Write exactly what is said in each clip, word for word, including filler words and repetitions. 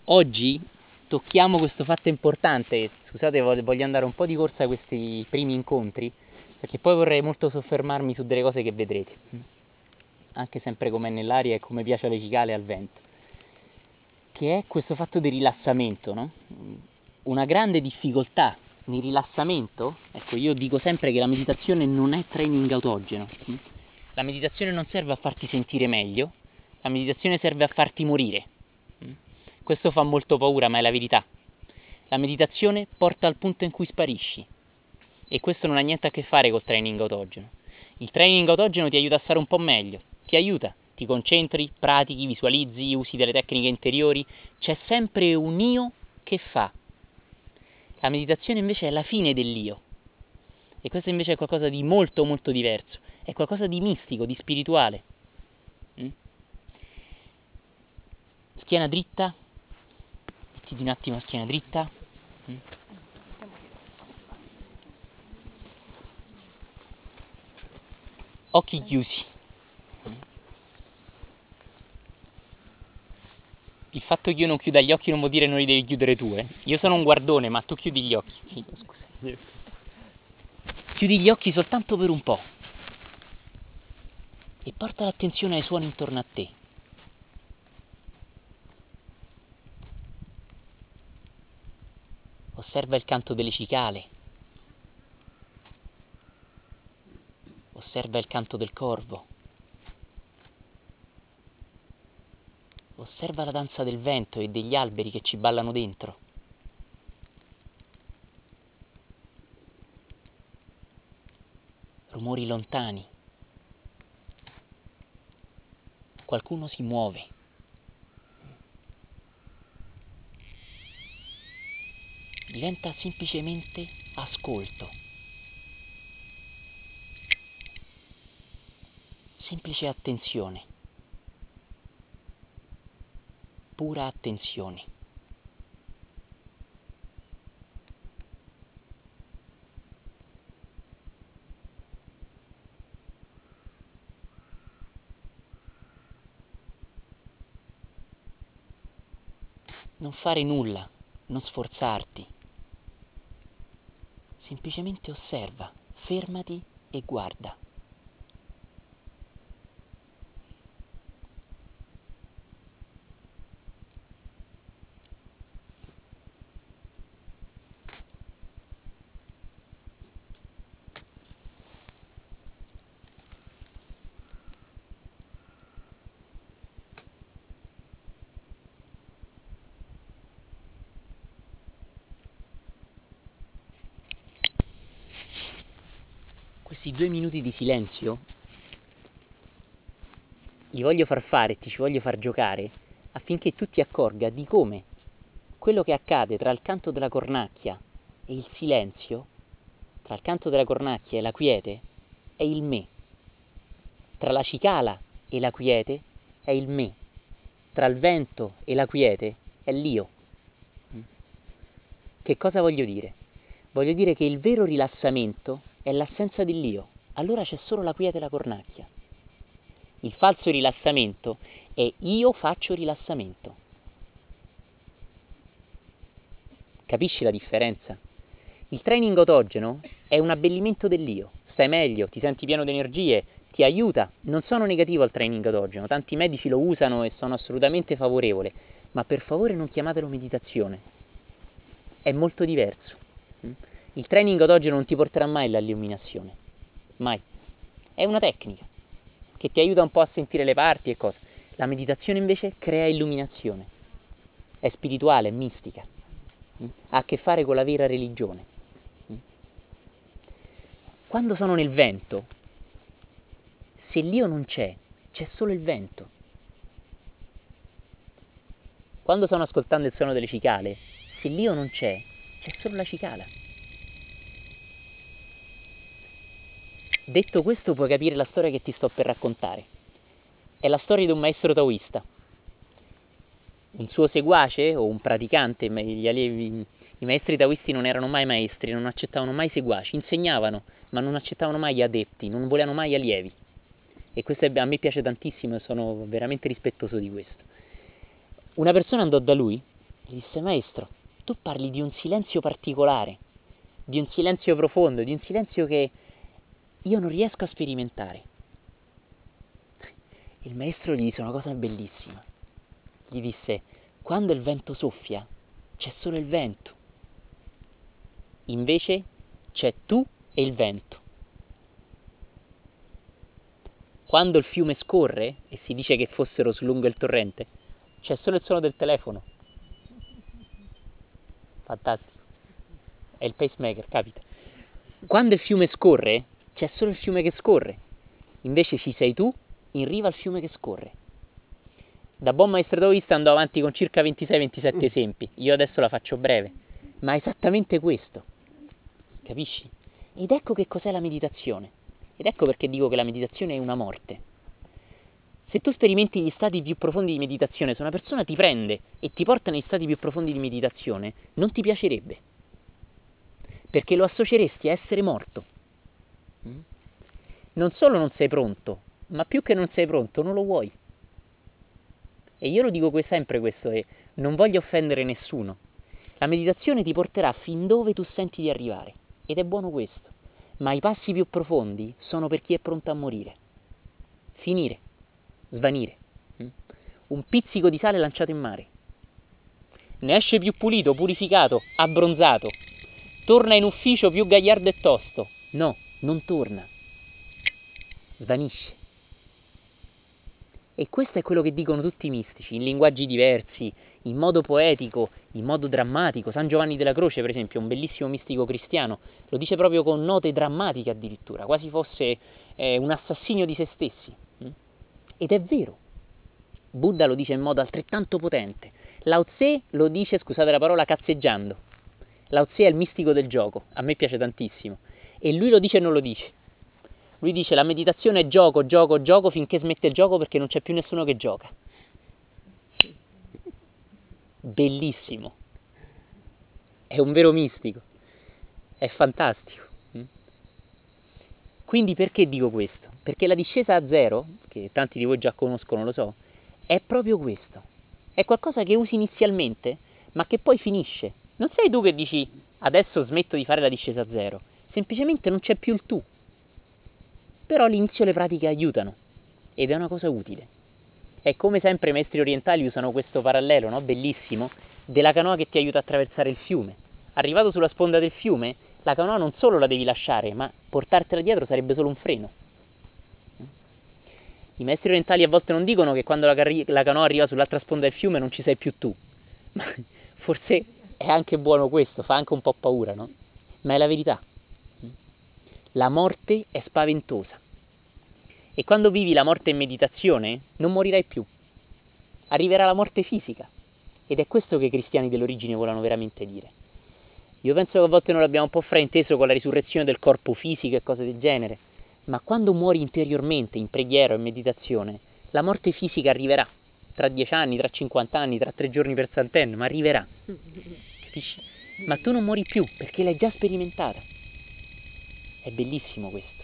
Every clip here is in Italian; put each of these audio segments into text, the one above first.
Oggi tocchiamo questo fatto importante. Scusate, voglio andare un po' di corsa a questi primi incontri, perché poi vorrei molto soffermarmi su delle cose che vedrete, anche sempre com'è nell'aria e come piace alle cicale e al vento, che è questo fatto di rilassamento, no? Una grande difficoltà nel rilassamento, ecco, io dico sempre che la meditazione non è training autogeno. La meditazione non serve a farti sentire meglio, la meditazione serve a farti morire. Questo fa molto paura, ma è la verità. La meditazione porta al punto in cui sparisci, e questo non ha niente a che fare col training autogeno. Il training autogeno ti aiuta a stare un po' meglio, ti aiuta, ti concentri, pratichi, visualizzi, usi delle tecniche interiori, c'è sempre un io che fa. La meditazione invece è la fine dell'io, e questo invece è qualcosa di molto molto diverso, è qualcosa di mistico, di spirituale. Mm? Schiena dritta, mettiti un attimo a schiena dritta. Mm? Occhi chiusi. Il fatto che io non chiuda gli occhi non vuol dire non li devi chiudere tu, eh. Io sono un guardone, ma tu chiudi gli occhi. Figlio, scusa. Chiudi gli occhi soltanto per un po' e porta l'attenzione ai suoni intorno a te. Osserva il canto delle cicale. Osserva il canto del corvo. Osserva la danza del vento e degli alberi che ci ballano dentro. Rumori lontani. Qualcuno si muove. Diventa semplicemente ascolto. Semplice attenzione. Pura attenzione. Non fare nulla, non sforzarti. Semplicemente osserva, fermati e guarda. Questi due minuti di silenzio li voglio far fare e ti ci voglio far giocare affinché tu ti accorga di come quello che accade tra il canto della cornacchia e il silenzio, tra il canto della cornacchia e la quiete, è il me. Tra la cicala e la quiete è il me. Tra il vento e la quiete è l'io. Che cosa voglio dire? Voglio dire che il vero rilassamento è l'assenza dell'io. Allora c'è solo la quiete e la cornacchia. Il falso rilassamento è io faccio rilassamento. Capisci la differenza? Il training autogeno è un abbellimento dell'io. Stai meglio, ti senti pieno di energie, ti aiuta. Non sono negativo al training autogeno, tanti medici lo usano e sono assolutamente favorevole, ma per favore non chiamatelo meditazione. È molto diverso. Il training autogeno non ti porterà mai all'illuminazione. Mai. È una tecnica che ti aiuta un po' a sentire le parti e cose. La meditazione invece crea illuminazione. È spirituale, è mistica. Ha a che fare con la vera religione. Quando sono nel vento, se l'io non c'è, c'è solo il vento. Quando sto ascoltando il suono delle cicale, se l'io non c'è, c'è solo la cicala. Detto questo, puoi capire la storia che ti sto per raccontare. È la storia di un maestro taoista. Un suo seguace o un praticante, gli allievi, i maestri taoisti non erano mai maestri, non accettavano mai seguaci, insegnavano, ma non accettavano mai gli adepti, non volevano mai allievi. E questo è, a me piace tantissimo e sono veramente rispettoso di questo. Una persona andò da lui Gli disse: maestro, tu parli di un silenzio particolare, di un silenzio profondo, di un silenzio che io non riesco a sperimentare. Il maestro gli disse una cosa bellissima. Gli disse: quando il vento soffia, c'è solo il vento. Invece c'è tu e il vento. Quando il fiume scorre, e si dice che fossero su lungo il torrente, c'è solo il suono del telefono. Fantastico. È il pacemaker, capita. Quando il fiume scorre, c'è solo il fiume che scorre. Invece ci sei tu in riva al fiume che scorre. Da buon maestro taoista andò avanti con circa ventisei ventisette esempi. Io adesso la faccio breve. Ma è esattamente questo. Capisci? Ed ecco che cos'è la meditazione. Ed ecco perché dico che la meditazione è una morte. Se tu sperimenti gli stati più profondi di meditazione, se una persona ti prende e ti porta negli stati più profondi di meditazione, non ti piacerebbe. Perché lo associeresti a essere morto. Non solo non sei pronto, ma più che non sei pronto, non lo vuoi. E io lo dico sempre questo, e non voglio offendere nessuno. La meditazione ti porterà fin dove tu senti di arrivare. Ed è buono questo. Ma i passi più profondi sono per chi è pronto a morire. Finire. Svanire. Un pizzico di sale lanciato in mare. Ne esce più pulito, purificato, abbronzato. Torna in ufficio più gagliardo e tosto. No, non torna. Svanisce. E questo è quello che dicono tutti i mistici, in linguaggi diversi, in modo poetico, in modo drammatico. San Giovanni della Croce, per esempio, un bellissimo mistico cristiano, lo dice proprio con note drammatiche addirittura, quasi fosse eh, un assassinio di se stessi. Ed è vero. Buddha lo dice in modo altrettanto potente. Lao Tse lo dice, scusate la parola, cazzeggiando. Lao Tse è il mistico del gioco, a me piace tantissimo. E lui lo dice e non lo dice. Lui dice: la meditazione è gioco, gioco, gioco finché smette il gioco perché non c'è più nessuno che gioca. Bellissimo. È un vero mistico. È fantastico. Quindi perché dico questo? Perché la discesa a zero, che tanti di voi già conoscono, lo so, è proprio questo. È qualcosa che usi inizialmente, ma che poi finisce. Non sei tu che dici: adesso smetto di fare la discesa a zero. Semplicemente non c'è più il tu. Però all'inizio le pratiche aiutano, ed è una cosa utile. E come sempre i maestri orientali usano questo parallelo, no? Bellissimo, della canoa che ti aiuta a attraversare il fiume. Arrivato sulla sponda del fiume, la canoa non solo la devi lasciare, ma portartela dietro sarebbe solo un freno. I maestri orientali a volte non dicono che quando la, carri- la canoa arriva sull'altra sponda del fiume non ci sei più tu. Ma forse è anche buono questo, fa anche un po' paura, no? Ma è la verità. La morte è spaventosa. E quando vivi la morte in meditazione, non morirai più. Arriverà la morte fisica. Ed è questo che i cristiani dell'origine volevano veramente dire. Io penso che a volte noi l'abbiamo un po' frainteso con la risurrezione del corpo fisico e cose del genere. Ma quando muori interiormente, in preghiera o in meditazione, la morte fisica arriverà. Tra dieci anni, tra cinquanta anni, tra tre giorni per Sant'Anne, ma arriverà. Capisci? Ma tu non muori più, perché l'hai già sperimentata. È bellissimo questo.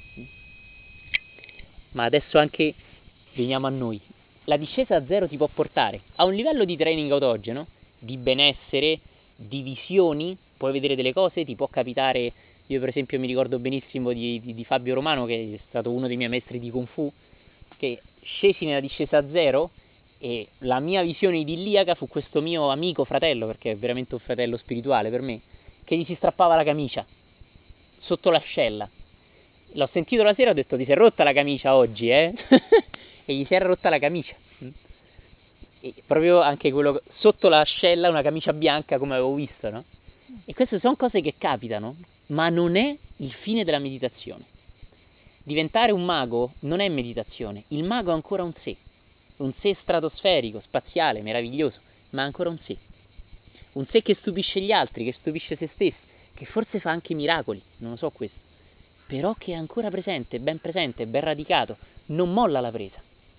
Ma adesso anche veniamo a noi. La discesa a zero ti può portare a un livello di training autogeno, di benessere, di visioni, puoi vedere delle cose, ti può capitare. Io per esempio mi ricordo benissimo di, di, di Fabio Romano, che è stato uno dei miei maestri di Kung Fu, che scesi nella discesa a zero e la mia visione idilliaca fu questo mio amico fratello, perché è veramente un fratello spirituale per me, che gli si strappava la camicia sotto l'ascella. L'ho sentito la sera e ho detto: ti sei rotta la camicia oggi, eh? E gli si era rotta la camicia. E proprio anche quello sotto l'ascella, una camicia bianca, come avevo visto, no? E queste sono cose che capitano, ma non è il fine della meditazione. Diventare un mago non è meditazione. Il mago è ancora un sé. Un sé stratosferico, spaziale, meraviglioso, ma è ancora un sé. Un sé che stupisce gli altri, che stupisce se stessi, che forse fa anche miracoli, non lo so questo. Però che è ancora presente, ben presente, ben radicato, non molla la presa.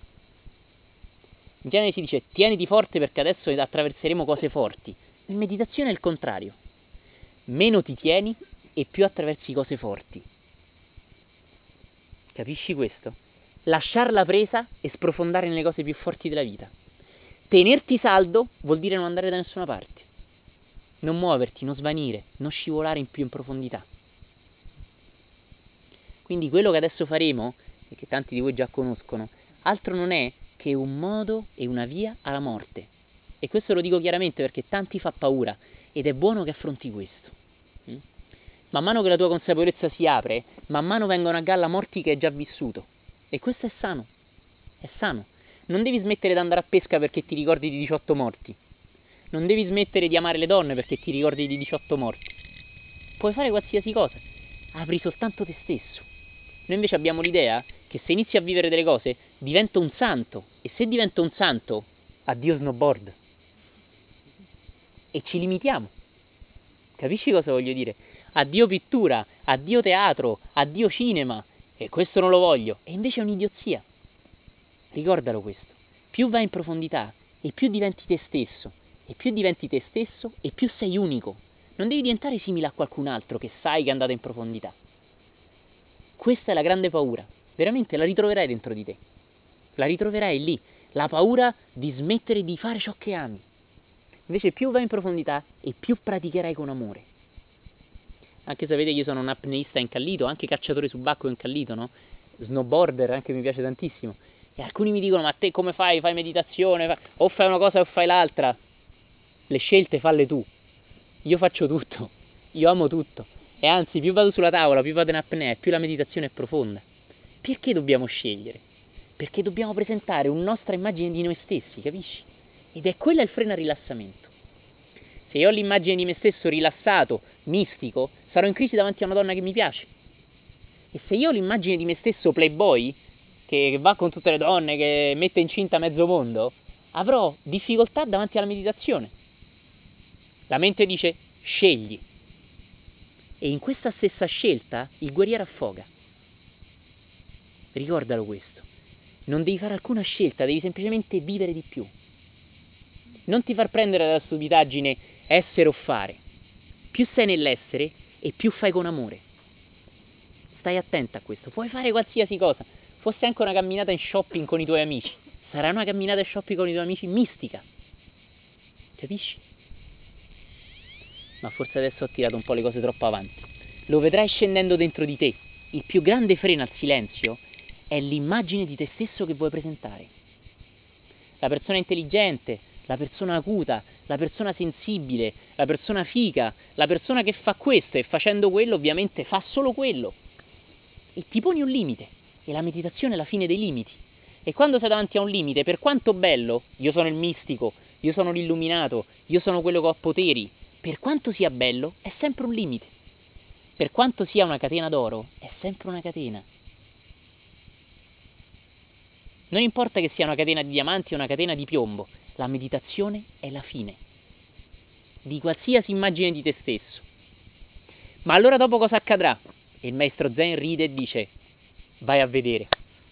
In genere si dice: tieniti forte perché adesso attraverseremo cose forti. In meditazione è il contrario. Meno ti tieni e più attraversi cose forti. Capisci questo? Lasciar la presa e sprofondare nelle cose più forti della vita. Tenerti saldo vuol dire non andare da nessuna parte, non muoverti, non svanire, non scivolare in più in profondità. Quindi quello che adesso faremo, e che tanti di voi già conoscono, altro non è che un modo e una via alla morte. E questo lo dico chiaramente perché tanti fa paura, ed è buono che affronti questo. Mm? Man mano che la tua consapevolezza si apre, man mano vengono a galla morti che hai già vissuto. E questo è sano, è sano. Non devi smettere di andare a pesca perché ti ricordi di diciotto morti. Non devi smettere di amare le donne perché ti ricordi di diciotto morti. Puoi fare qualsiasi cosa, apri soltanto te stesso. Noi invece abbiamo l'idea che se inizi a vivere delle cose divento un santo, e se divento un santo, addio snowboard. E ci limitiamo. Capisci cosa voglio dire? Addio pittura, addio teatro, addio cinema, e questo non lo voglio. E invece è un'idiozia. Ricordalo questo. Più vai in profondità e più diventi te stesso, e più diventi te stesso e più sei unico. Non devi diventare simile a qualcun altro che sai che è andato in profondità. Questa è la grande paura. Veramente la ritroverai dentro di te. La ritroverai lì. La paura di smettere di fare ciò che ami. Invece più vai in profondità e più praticherai con amore. Anche sapete che io sono un apneista incallito, anche cacciatore subacqueo incallito, no? Snowboarder, anche mi piace tantissimo. E alcuni mi dicono, ma te come fai? Fai meditazione? Fai... o fai una cosa o fai l'altra. Le scelte falle tu. Io faccio tutto. Io amo tutto. E anzi, più vado sulla tavola, più vado in apnea, più la meditazione è profonda. Perché dobbiamo scegliere? Perché dobbiamo presentare una nostra immagine di noi stessi, capisci? Ed è quella il freno al rilassamento. Se io ho l'immagine di me stesso rilassato, mistico, sarò in crisi davanti a una donna che mi piace. E se io ho l'immagine di me stesso playboy, che va con tutte le donne, che mette incinta mezzo mondo, avrò difficoltà davanti alla meditazione. La mente dice, scegli. E in questa stessa scelta il guerriero affoga. Ricordalo questo. Non devi fare alcuna scelta, devi semplicemente vivere di più. Non ti far prendere dalla stupidaggine essere o fare. Più sei nell'essere e più fai con amore. Stai attenta a questo. Puoi fare qualsiasi cosa. Fosse anche una camminata in shopping con i tuoi amici. Sarà una camminata in shopping con i tuoi amici mistica. Capisci? Ma forse adesso ho tirato un po' le cose troppo avanti. Lo vedrai scendendo dentro di te. Il più grande freno al silenzio è l'immagine di te stesso che vuoi presentare. La persona intelligente, la persona acuta, la persona sensibile, la persona figa, la persona che fa questo e facendo quello ovviamente fa solo quello. E ti poni un limite. E la meditazione è la fine dei limiti. E quando sei davanti a un limite, per quanto bello, io sono il mistico, io sono l'illuminato, io sono quello che ho poteri, per quanto sia bello, è sempre un limite. Per quanto sia una catena d'oro, è sempre una catena. Non importa che sia una catena di diamanti o una catena di piombo, la meditazione è la fine di qualsiasi immagine di te stesso. Ma allora dopo cosa accadrà? E il maestro Zen ride e dice, vai a vedere.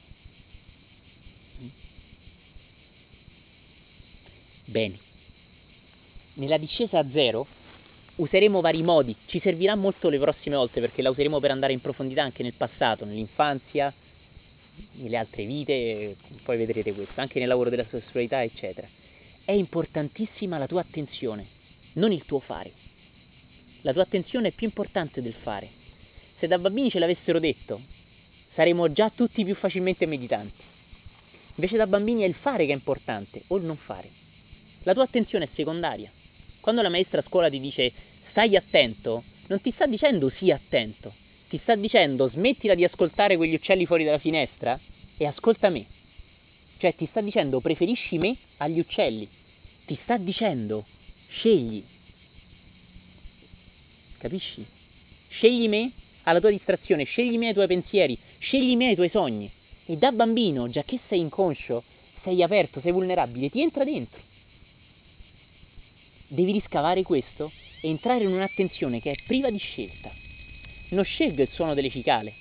Bene. Nella discesa a zero useremo vari modi, ci servirà molto le prossime volte perché la useremo per andare in profondità anche nel passato, nell'infanzia, nelle altre vite, poi vedrete questo, anche nel lavoro della sessualità, eccetera. È importantissima la tua attenzione, non il tuo fare. La tua attenzione è più importante del fare. Se da bambini ce l'avessero detto, saremmo già tutti più facilmente meditanti. Invece da bambini è il fare che è importante, o il non fare. La tua attenzione è secondaria. Quando la maestra a scuola ti dice stai attento, non ti sta dicendo sii attento, ti sta dicendo smettila di ascoltare quegli uccelli fuori dalla finestra e ascolta me. Cioè ti sta dicendo preferisci me agli uccelli. Ti sta dicendo scegli. Capisci? Scegli me alla tua distrazione, scegli me ai tuoi pensieri, scegli me ai tuoi sogni. E da bambino, già che sei inconscio, sei aperto, sei vulnerabile, ti entra dentro. Devi riscavare questo e entrare in un'attenzione che è priva di scelta. Non scelgo il suono delle cicale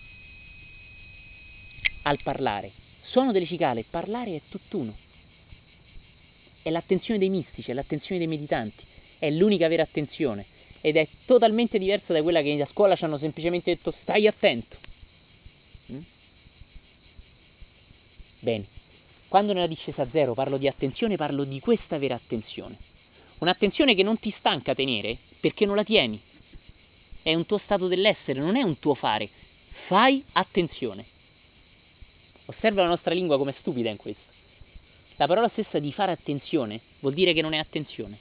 al parlare. Suono delle cicale, parlare è tutt'uno. È l'attenzione dei mistici, è l'attenzione dei meditanti, è l'unica vera attenzione ed è totalmente diversa da quella che a scuola ci hanno semplicemente detto stai attento. Mm? Bene, Quando nella discesa zero parlo di attenzione, parlo di questa vera attenzione. Un'attenzione che non ti stanca tenere perché non la tieni. È un tuo stato dell'essere, non è un tuo fare. Fai attenzione. Osserva la nostra lingua come è stupida in questo. La parola stessa di fare attenzione vuol dire che non è attenzione.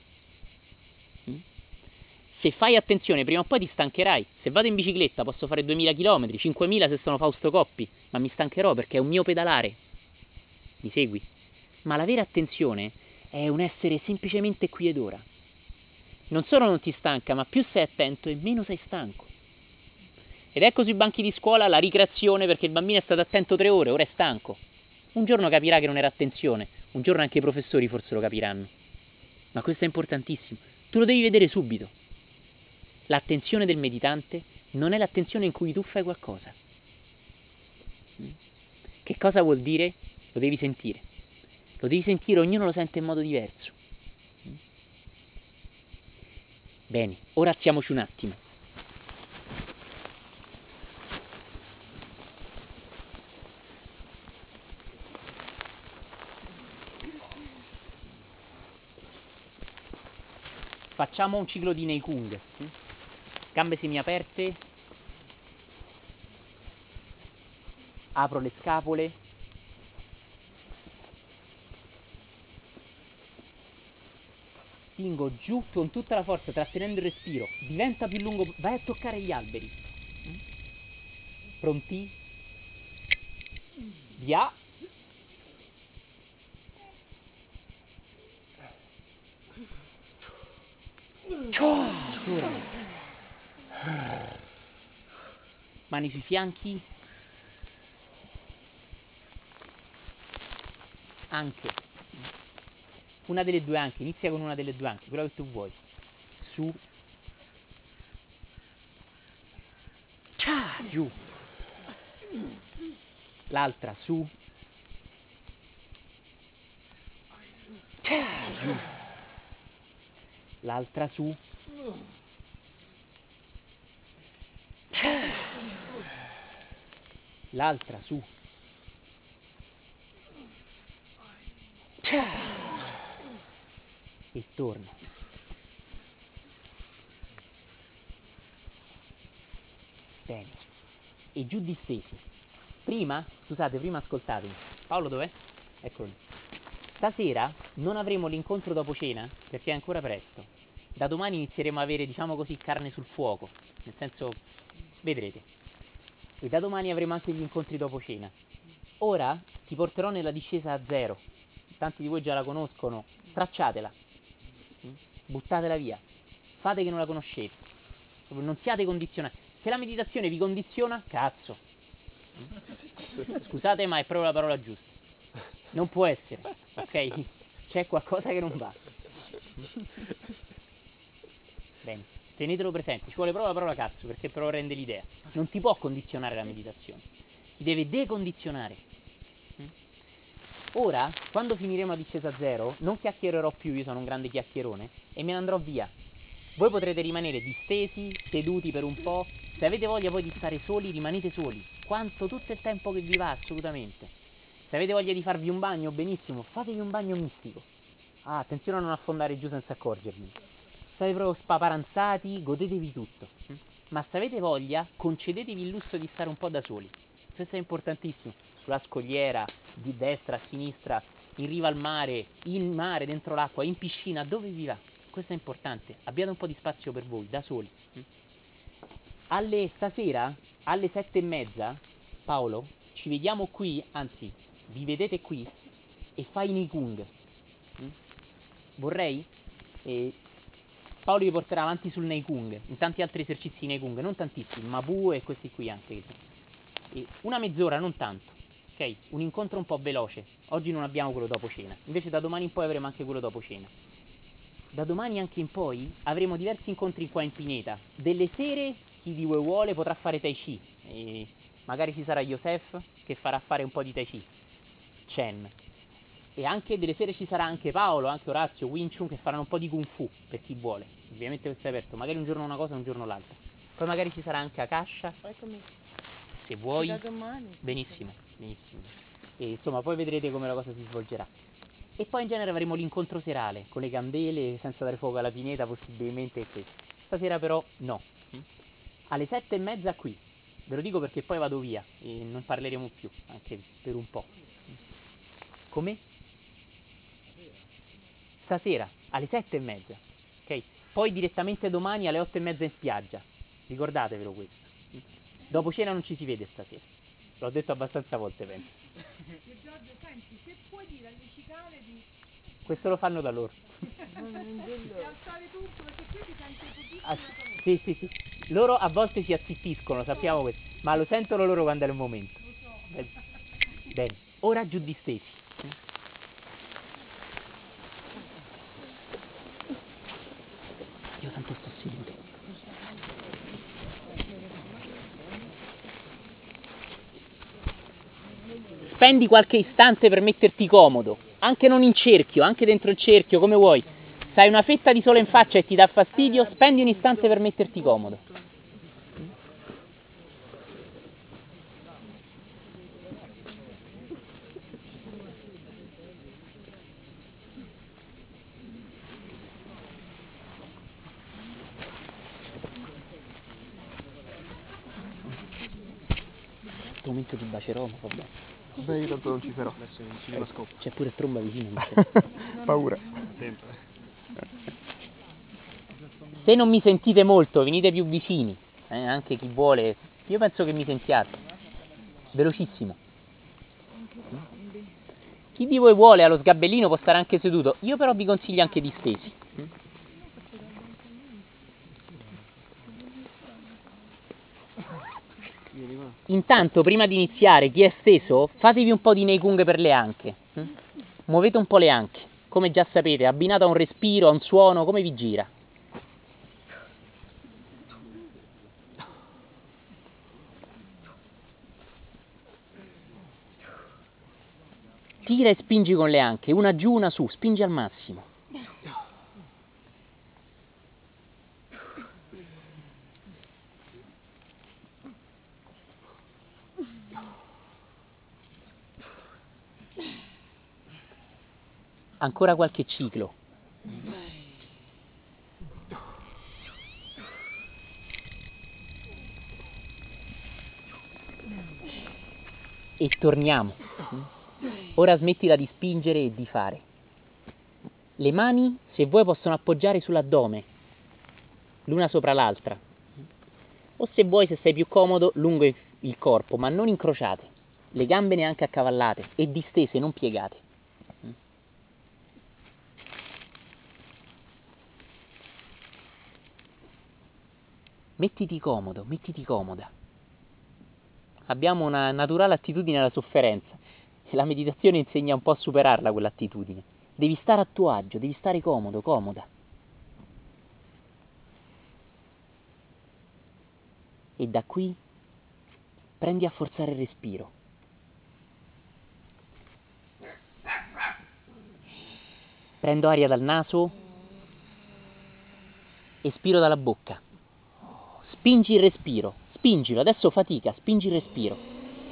Se fai attenzione, prima o poi ti stancherai. Se vado in bicicletta posso fare duemila chilometri, cinquemila se sono Fausto Coppi, ma mi stancherò perché è un mio pedalare. Mi segui? Ma la vera attenzione è un essere semplicemente qui ed ora. Non solo non ti stanca, ma più sei attento e meno sei stanco. Ed ecco sui banchi di scuola la ricreazione perché il bambino è stato attento tre ore, ora è stanco. Un giorno capirà che non era attenzione, un giorno anche i professori forse lo capiranno. Ma questo è importantissimo, tu lo devi vedere subito. L'attenzione del meditante non è l'attenzione in cui tu fai qualcosa. Che cosa vuol dire? Lo devi sentire. Lo devi sentire, ognuno lo sente in modo diverso. Bene, ora alziamoci un attimo. Facciamo un ciclo di Neikung. Gambe semiaperte. Apro le scapole. Spingo giù con tutta la forza, trattenendo il respiro. Diventa più lungo. Vai a toccare gli alberi. Pronti? Via. Mani sui fianchi. Anche. Una delle due anche. Inizia con una delle due anche. Quello che tu vuoi. Su. Giù. L'altra su. Giù. L'altra su. L'altra su. E torna. Bene. E giù distesi. Prima, scusate, prima ascoltatemi. Paolo dov'è? Eccolo lì. Stasera non avremo l'incontro dopo cena perché è ancora presto. Da domani inizieremo a avere, diciamo così, carne sul fuoco. Nel senso, vedrete. E da domani avremo anche gli incontri dopo cena. Ora ti porterò nella discesa a zero. Tanti di voi già la conoscono. Stracciatela. Buttatela via. Fate che non la conoscete. Non siate condizionati. Se la meditazione vi condiziona, cazzo. Scusate, ma è proprio la parola giusta. Non può essere, ok? C'è qualcosa che non va. Bene, tenetelo presente. Ci vuole proprio la parola cazzo, perché però rende l'idea. Non ti può condizionare la meditazione. Ti deve decondizionare. Ora, quando finiremo a discesa zero, non chiacchiererò più, io sono un grande chiacchierone, e me ne andrò via. Voi potrete rimanere distesi, seduti per un po'. Se avete voglia poi di stare soli, rimanete soli. Quanto, tutto il tempo che vi va, assolutamente. Se avete voglia di farvi un bagno, benissimo, fatevi un bagno mistico. Ah, attenzione a non affondare giù senza accorgervi. State proprio spaparanzati, godetevi tutto. Ma se avete voglia, concedetevi il lusso di stare un po' da soli. Questo è importantissimo. Sulla scogliera, di destra, a sinistra, in riva al mare, in mare, dentro l'acqua, in piscina, dove vi va. Questo è importante. Abbiate un po' di spazio per voi, da soli. Alle stasera, alle sette e mezza, Paolo, ci vediamo qui, anzi, vi vedete qui e fai Neikung. Vorrei, eh, Paolo vi porterà avanti sul Neikung, in tanti altri esercizi Neikung, non tantissimi, Mabu e questi qui anche. E una mezz'ora, non tanto, ok? Un incontro un po' veloce. Oggi non abbiamo quello dopo cena, invece da domani in poi avremo anche quello dopo cena. Da domani anche in poi avremo diversi incontri qua in Pineta. Delle sere chi di voi vuole potrà fare Tai Chi. E magari ci sarà Yosef che farà fare un po' di Tai Chi. Chen. E anche delle sere ci sarà anche Paolo, anche Orazio, Wing Chun che faranno un po' di Kung Fu per chi vuole. Ovviamente questo è aperto. Magari un giorno una cosa e un giorno l'altra. Poi magari ci sarà anche Akasha. Se vuoi. Benissimo, benissimo. E insomma poi vedrete come la cosa si svolgerà. E poi in genere avremo l'incontro serale, con le candele, senza dare fuoco alla pineta possibilmente e questo. Stasera però no. Alle sette e mezza qui. Ve lo dico perché poi vado via e non parleremo più, anche per un po'. Come? Stasera, alle sette e mezza. Ok? Poi direttamente domani alle otto e mezza in spiaggia. Ricordatevelo questo. Dopo cena non ci si vede stasera. L'ho detto abbastanza volte, penso. E Giorgio, senti, se puoi dire alle cicale di... Questo lo fanno da loro. di alzare tutto, perché qui ti senti pochissimo Ah, la tua voce. sì, sì, sì. Loro a volte si azzittiscono, lo sappiamo questo, ma lo sentono loro quando è il momento. Lo so. Bene, bene. Ora giù distesi. Io tanto sto seduto. Spendi qualche istante per metterti comodo, anche non in cerchio, anche dentro il cerchio, come vuoi. Se hai una fetta di sole in faccia e ti dà fastidio, spendi un istante per metterti comodo. Questo momento ti bacerò, ma vabbè. Beh, io tanto non ci sarò. Eh, c'è pure Stromba vicino. non c'è. Paura. Sempre. Se non mi sentite molto, venite più vicini, eh, anche chi vuole. Io penso che mi sentiate. Velocissimo. Chi di voi vuole allo sgabellino può stare anche seduto, io però vi consiglio anche distesi. Intanto, prima di iniziare, chi è steso, fatevi un po' di Neikung per le anche. Muovete un po' le anche, come già sapete, abbinato a un respiro, a un suono, come vi gira. Tira e spingi con le anche, una giù, una su, spingi al massimo. Ancora qualche ciclo. E torniamo. Ora smettila di spingere e di fare. Le mani, se vuoi, possono appoggiare sull'addome, l'una sopra l'altra. O se vuoi, se sei più comodo, lungo il corpo, ma non incrociate. Le gambe neanche accavallate e distese, non piegate. Mettiti comodo, mettiti comoda. Abbiamo una naturale attitudine alla sofferenza e la meditazione insegna un po' a superarla quell'attitudine. Devi stare a tuo agio, devi stare comodo, comoda. E da qui prendi a forzare il respiro. Prendo aria dal naso, espiro dalla bocca. Spingi il respiro, spingilo, adesso fatica, spingi il respiro.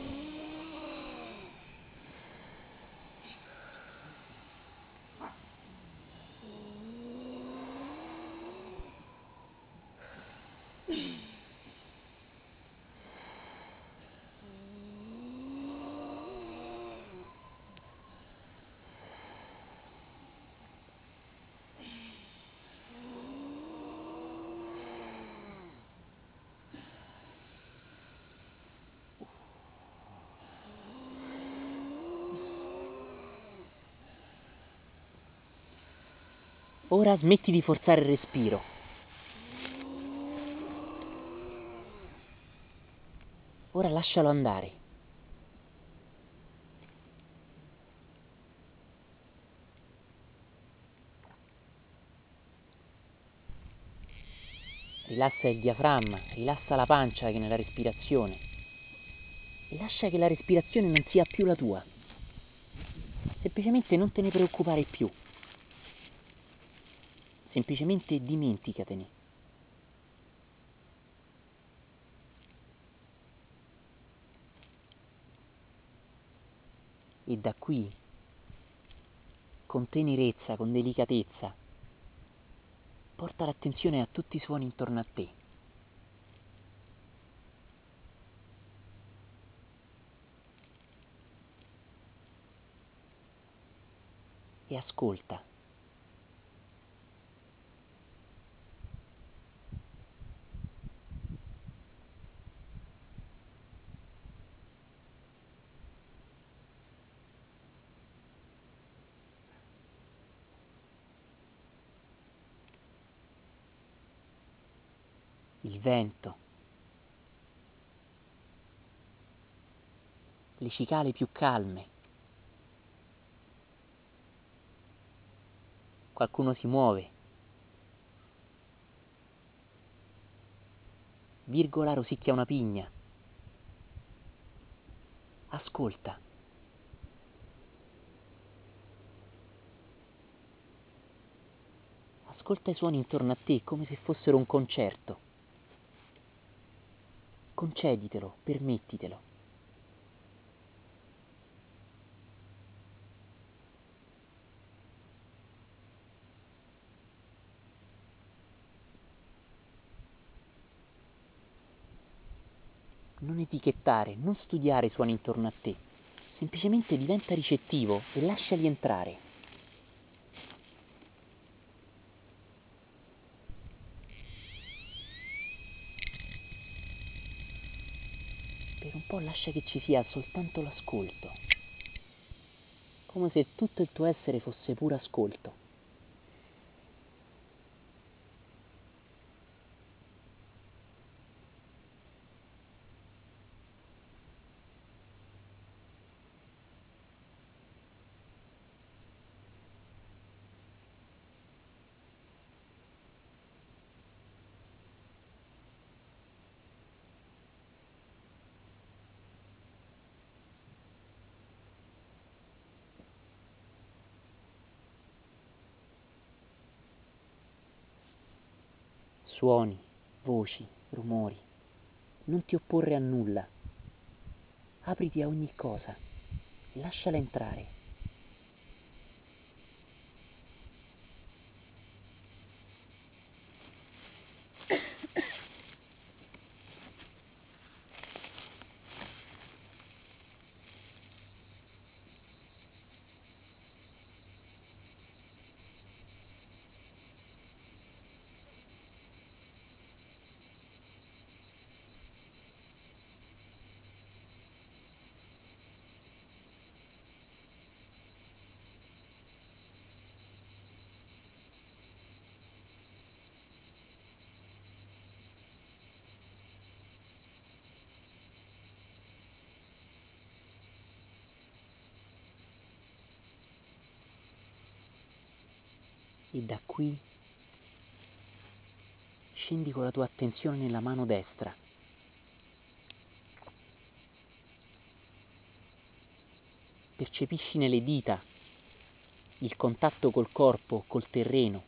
Ora smetti di forzare il respiro. Ora lascialo andare. Rilassa il diaframma, rilassa la pancia che nella respirazione. E lascia che la respirazione non sia più la tua. Semplicemente non te ne preoccupare più. Semplicemente dimenticatene. E da qui, con tenerezza, con delicatezza, porta l'attenzione a tutti i suoni intorno a te. E ascolta. Il vento, le cicale più calme. Qualcuno si muove. Virgola rosicchia una pigna. Ascolta. Ascolta i suoni intorno a te come se fossero un concerto. Conceditelo, permettitelo. Non etichettare, non studiare i suoni intorno a te. Semplicemente diventa ricettivo e lasciali entrare. Per un po' lascia che ci sia soltanto l'ascolto, come se tutto il tuo essere fosse puro ascolto. Suoni, voci, rumori. Non ti opporre a nulla. Apriti a ogni cosa e lasciala entrare. E da qui scendi con la tua attenzione nella mano destra. Percepisci nelle dita il contatto col corpo, col terreno.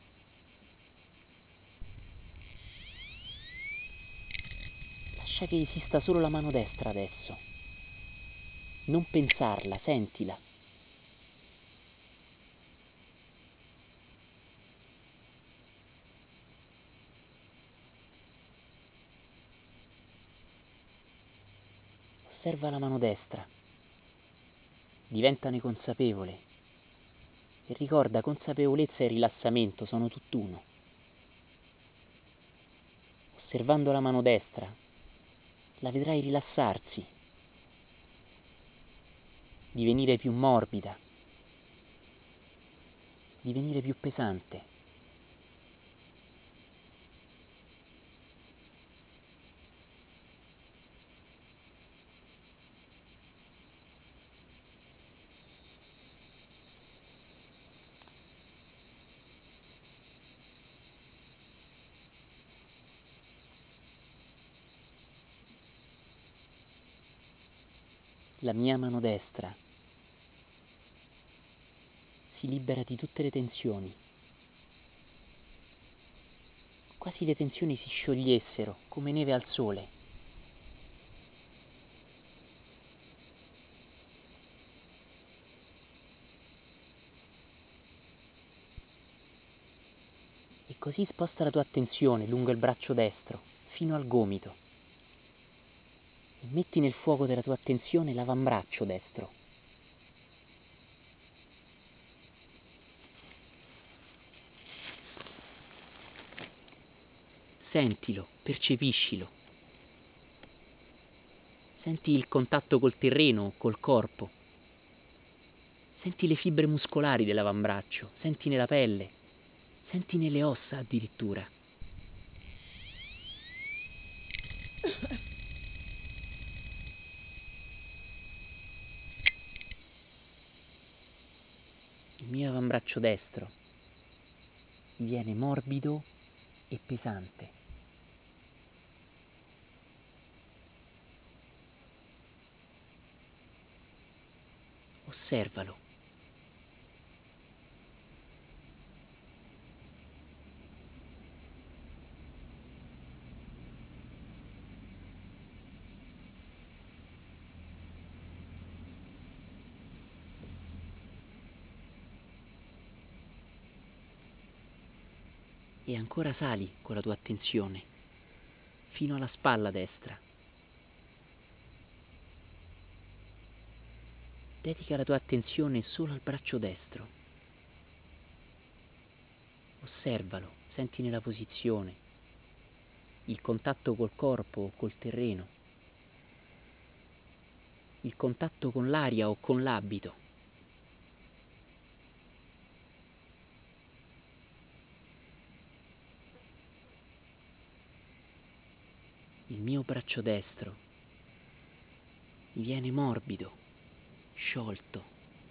Lascia che esista solo la mano destra adesso. Non pensarla, sentila. Osserva la mano destra. Diventane consapevole. E ricorda, consapevolezza e rilassamento sono tutt'uno. Osservando la mano destra, la vedrai rilassarsi, divenire più morbida, divenire più pesante. La mia mano destra si libera di tutte le tensioni. Quasi le tensioni si sciogliessero come neve al sole. Così sposta la tua attenzione lungo il braccio destro, fino al gomito. E metti nel fuoco della tua attenzione l'avambraccio destro. Sentilo, percepiscilo. Senti il contatto col terreno, col corpo. Senti le fibre muscolari dell'avambraccio, senti nella pelle, senti nelle ossa addirittura. Il mio avambraccio destro diviene morbido e pesante. Osservalo. E ancora sali con la tua attenzione fino alla spalla destra. Dedica la tua attenzione solo al braccio destro. Osservalo, senti nella posizione, il contatto col corpo o col terreno, il contatto con l'aria o con l'abito. Il mio braccio destro diviene morbido, sciolto,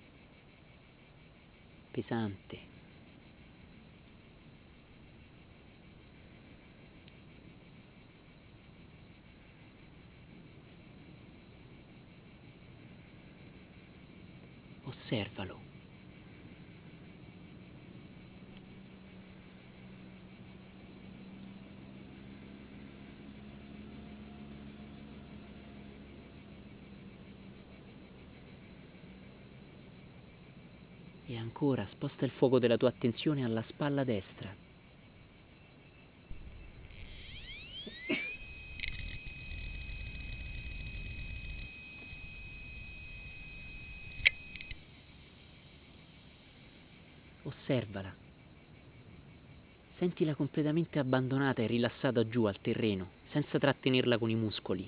pesante. Osservalo. E ancora sposta il fuoco della tua attenzione alla spalla destra. Osservala. Sentila completamente abbandonata e rilassata giù al terreno, senza trattenerla con i muscoli.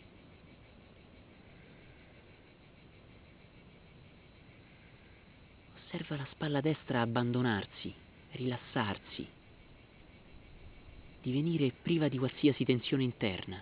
Osserva la spalla destra abbandonarsi, rilassarsi, divenire priva di qualsiasi tensione interna.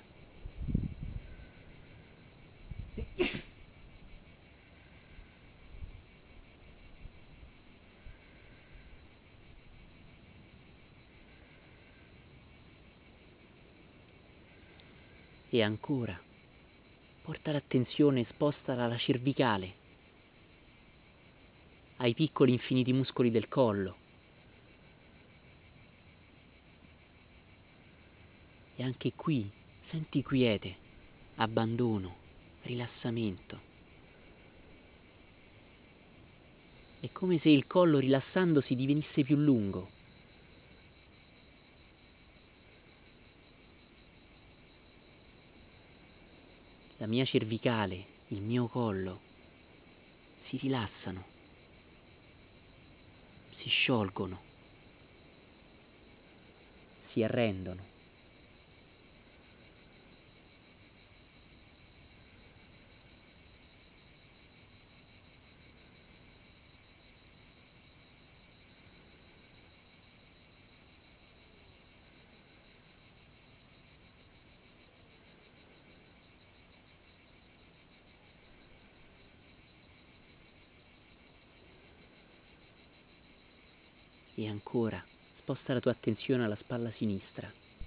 E ancora, porta l'attenzione, spostala alla cervicale, ai piccoli infiniti muscoli del collo. E anche qui senti quiete, abbandono, rilassamento. È come se il collo rilassandosi divenisse più lungo. La mia cervicale, il mio collo si rilassano, si sciolgono, si arrendono. E ancora, sposta la tua attenzione alla spalla sinistra.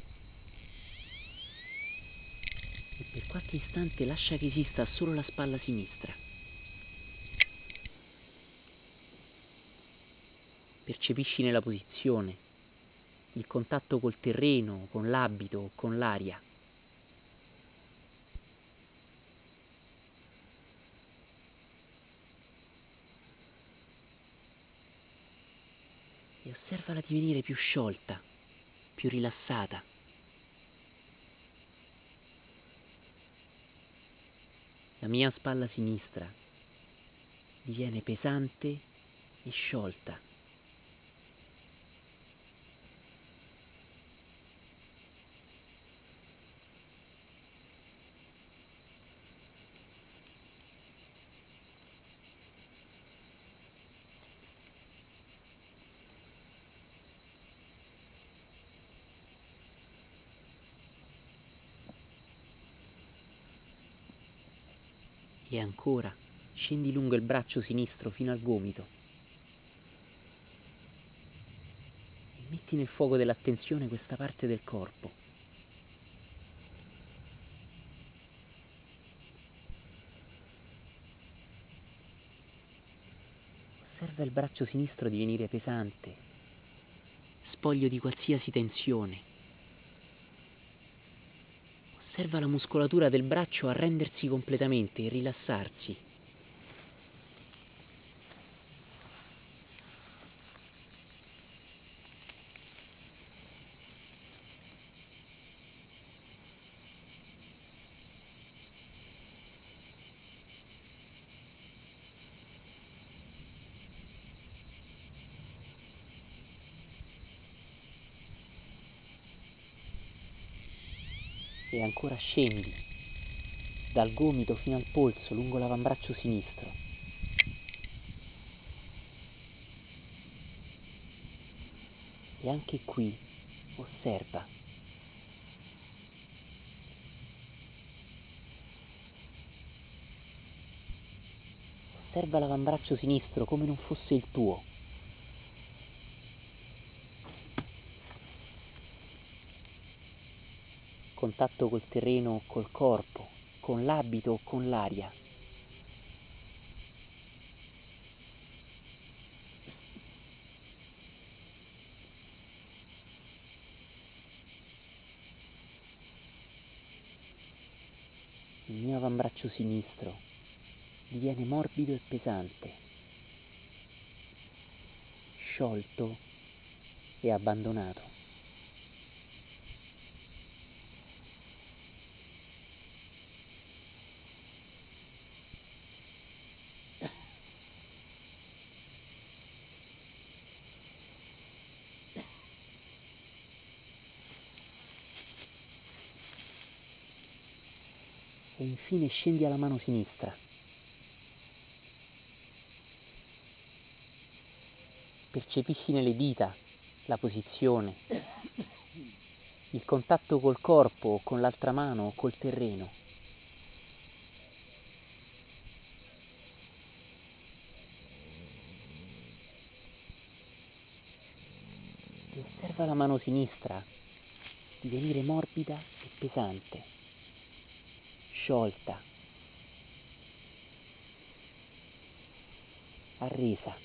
E per qualche istante lascia che esista solo la spalla sinistra. Percepisci nella posizione, il contatto col terreno, con l'abito o con l'aria. E osservala divenire più sciolta, più rilassata. La mia spalla sinistra diviene pesante e sciolta. E ancora, scendi lungo il braccio sinistro fino al gomito. E metti nel fuoco dell'attenzione questa parte del corpo. Osserva il braccio sinistro divenire pesante, spoglio di qualsiasi tensione. Osserva la muscolatura del braccio arrendersi completamente e rilassarsi. E ancora scendi dal gomito fino al polso lungo l'avambraccio sinistro. E anche qui osserva. Osserva l'avambraccio sinistro come non fosse il tuo. Contatto col terreno o col corpo, con l'abito o con l'aria. Il mio avambraccio sinistro diviene morbido e pesante, sciolto e abbandonato. E infine scendi alla mano sinistra. Percepisci nelle dita la posizione, il contatto col corpo o con l'altra mano o col terreno. E osserva la mano sinistra divenire morbida e pesante, sciolta, arresa.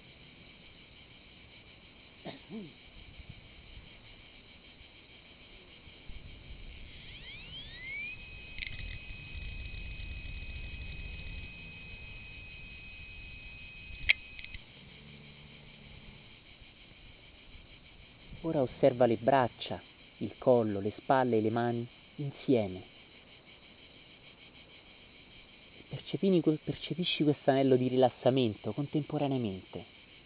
Ora osserva le braccia, il collo, le spalle e le mani insieme. Percepini, percepisci questo anello di rilassamento contemporaneamente.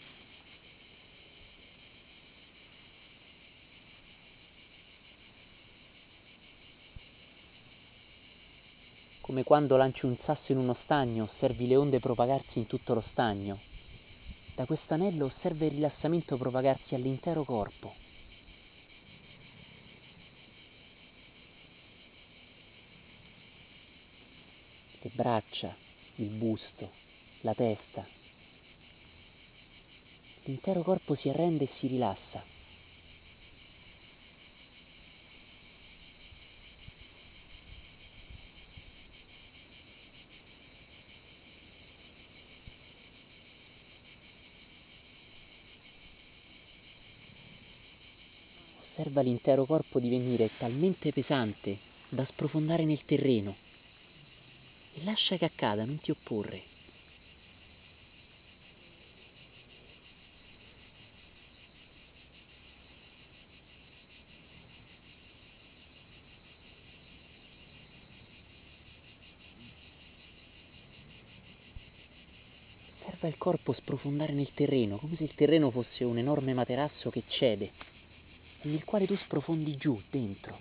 Come quando lanci un sasso in uno stagno, osservi le onde propagarsi in tutto lo stagno. Da questo anello osserva il rilassamento propagarsi all'intero corpo. Le braccia, il busto, la testa. L'intero corpo si arrende e si rilassa. Osserva l'intero corpo divenire talmente pesante da sprofondare nel terreno e lascia che accada, non ti opporre. osserva il corpo sprofondare nel terreno, come se il terreno fosse un enorme materasso che cede e nel quale tu sprofondi giù, dentro.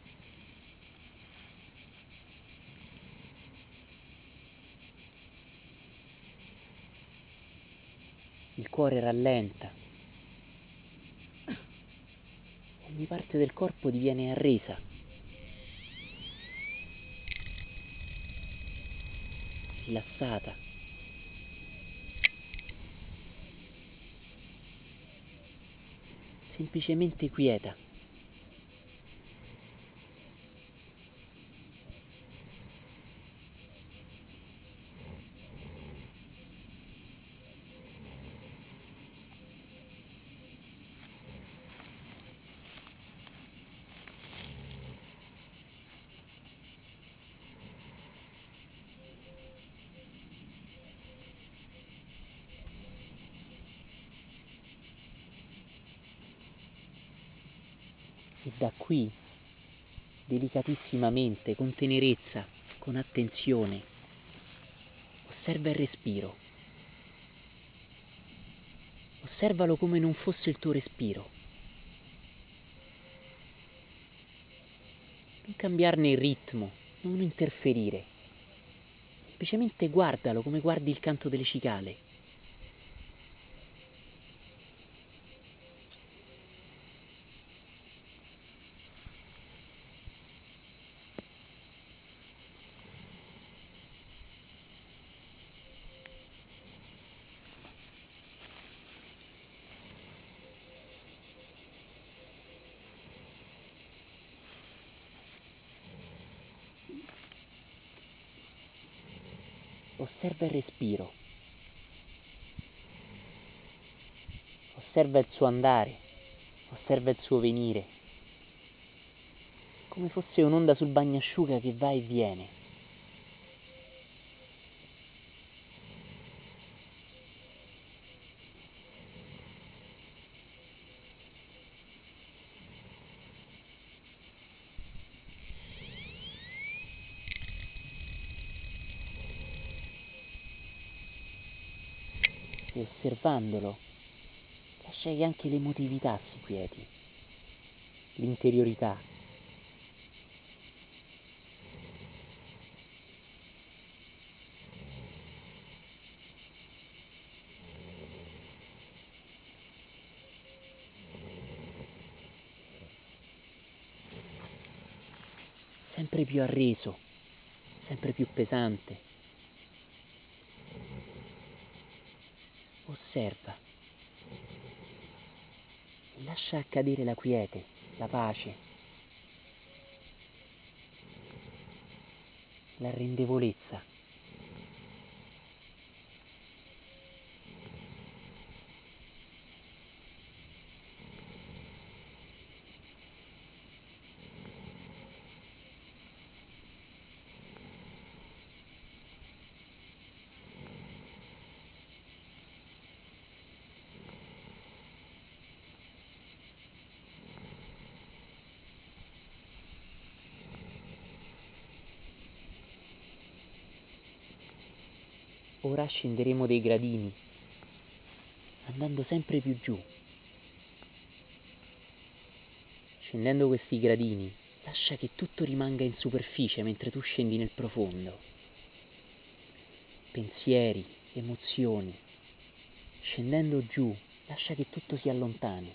Il cuore rallenta, ogni parte del corpo diviene arresa. Rilassata. Semplicemente quieta. E da qui, delicatissimamente, con tenerezza, con attenzione, osserva il respiro. Osservalo come non fosse il tuo respiro. Non cambiarne il ritmo, non interferire. Semplicemente guardalo come guardi il canto delle cicale. Osserva il respiro. Osserva il suo andare. Osserva il suo venire. Come fosse un'onda sul bagnasciuga che va e viene. E osservandolo, lascia che anche l'emotività si quieti, l'interiorità. Sempre più arreso, sempre più pesante. Osserva e lascia accadere la quiete, la pace, l'arrendevolezza. Ora scenderemo dei gradini, andando sempre più giù. Scendendo questi gradini, lascia che tutto rimanga in superficie mentre tu scendi nel profondo. Pensieri, emozioni. Scendendo giù, lascia che tutto si allontani.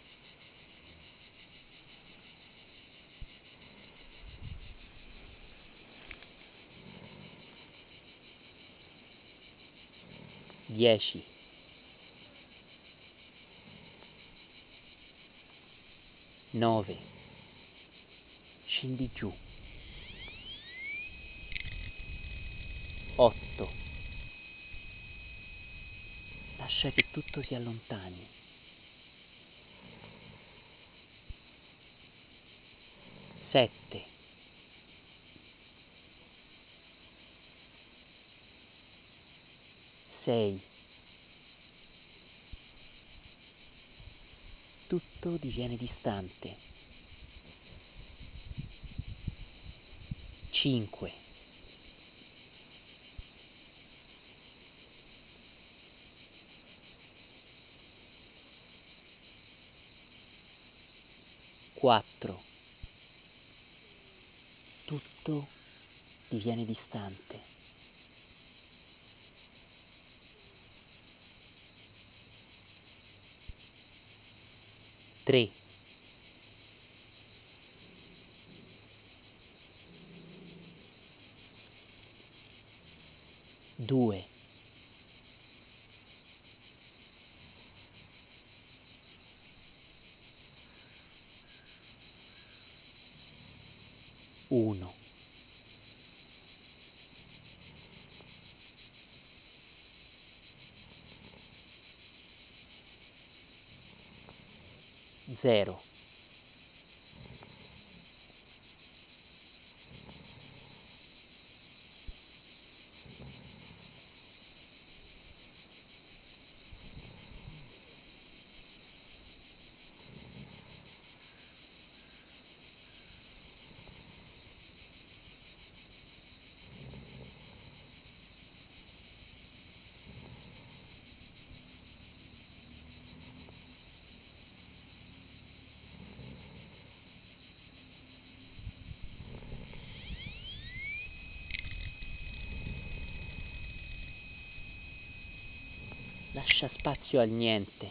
Dieci. Nove. Scendi giù. Otto. Lascia che tutto si allontani. Sette. Sei. Tutto diviene distante. Cinque. altro. Tutto diviene distante. Tre. Due. Uno. Zero. Lascia spazio al niente,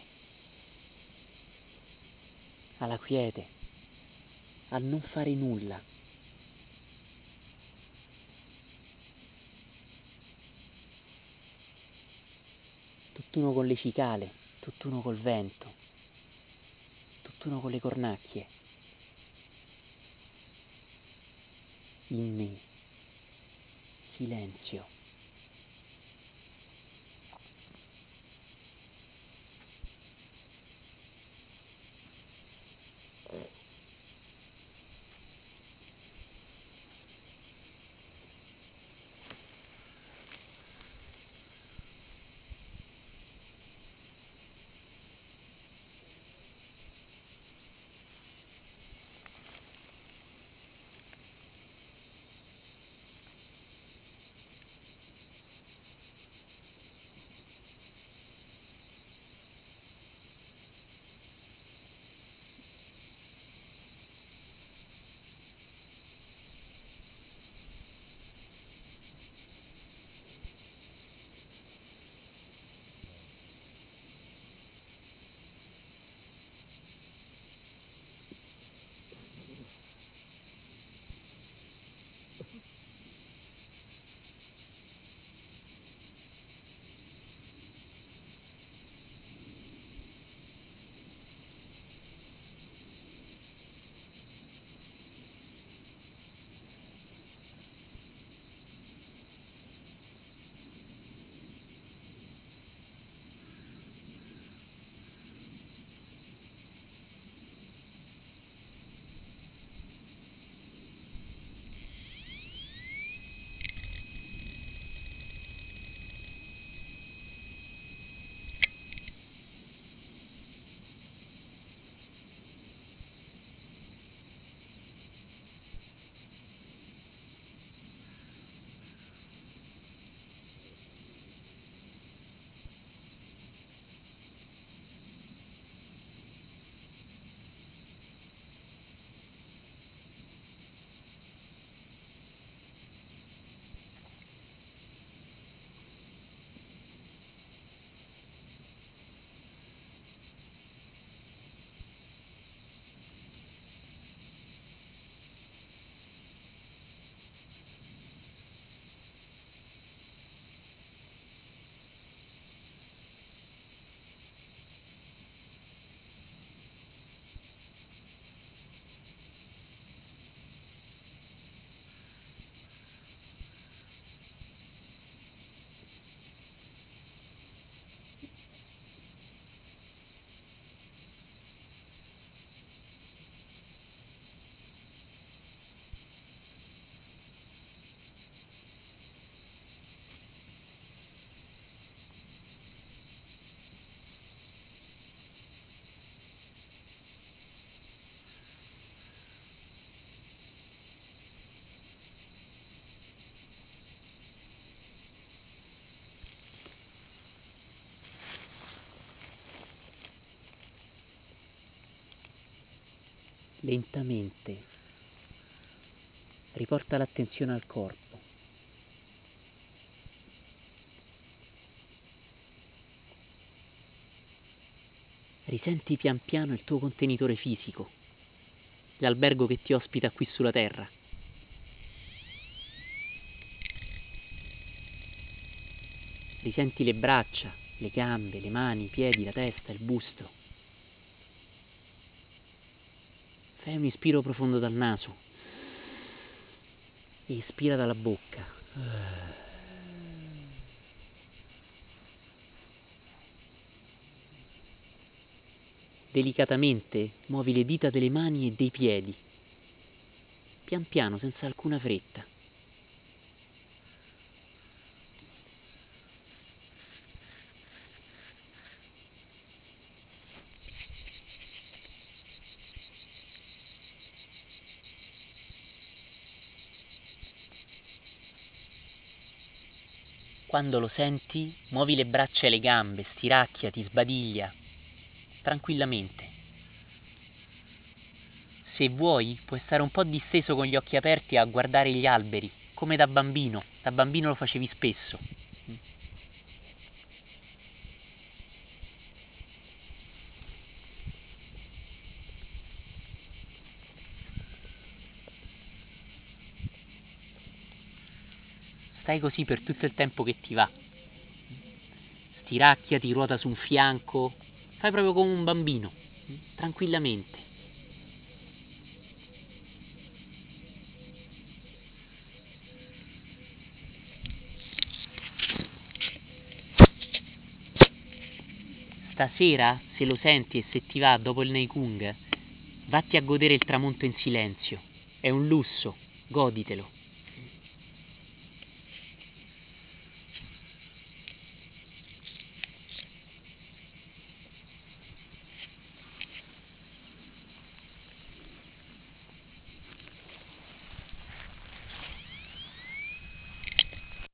alla quiete, al non fare nulla. Tutt'uno con le cicale, tutt'uno col vento, tutt'uno con le cornacchie. In me, silenzio. lentamente, riporta l'attenzione al corpo. Risenti pian piano il tuo contenitore fisico, l'albergo che ti ospita qui sulla terra. Risenti le braccia, le gambe, le mani, i piedi, la testa, il busto. Fai un ispiro profondo dal naso e espira dalla bocca. Delicatamente muovi le dita delle mani e dei piedi, pian piano, senza alcuna fretta. Quando lo senti, muovi le braccia e le gambe, stiracchiati, sbadiglia, tranquillamente. Se vuoi, puoi stare un po' disteso con gli occhi aperti a guardare gli alberi, come da bambino. Da bambino lo facevi spesso. Stai così per tutto il tempo che ti va. Stiracchiati, ruota su un fianco, fai proprio come un bambino, tranquillamente. Stasera, se lo senti e se ti va dopo il Neikung, vatti a godere il tramonto in silenzio. È un lusso, goditelo.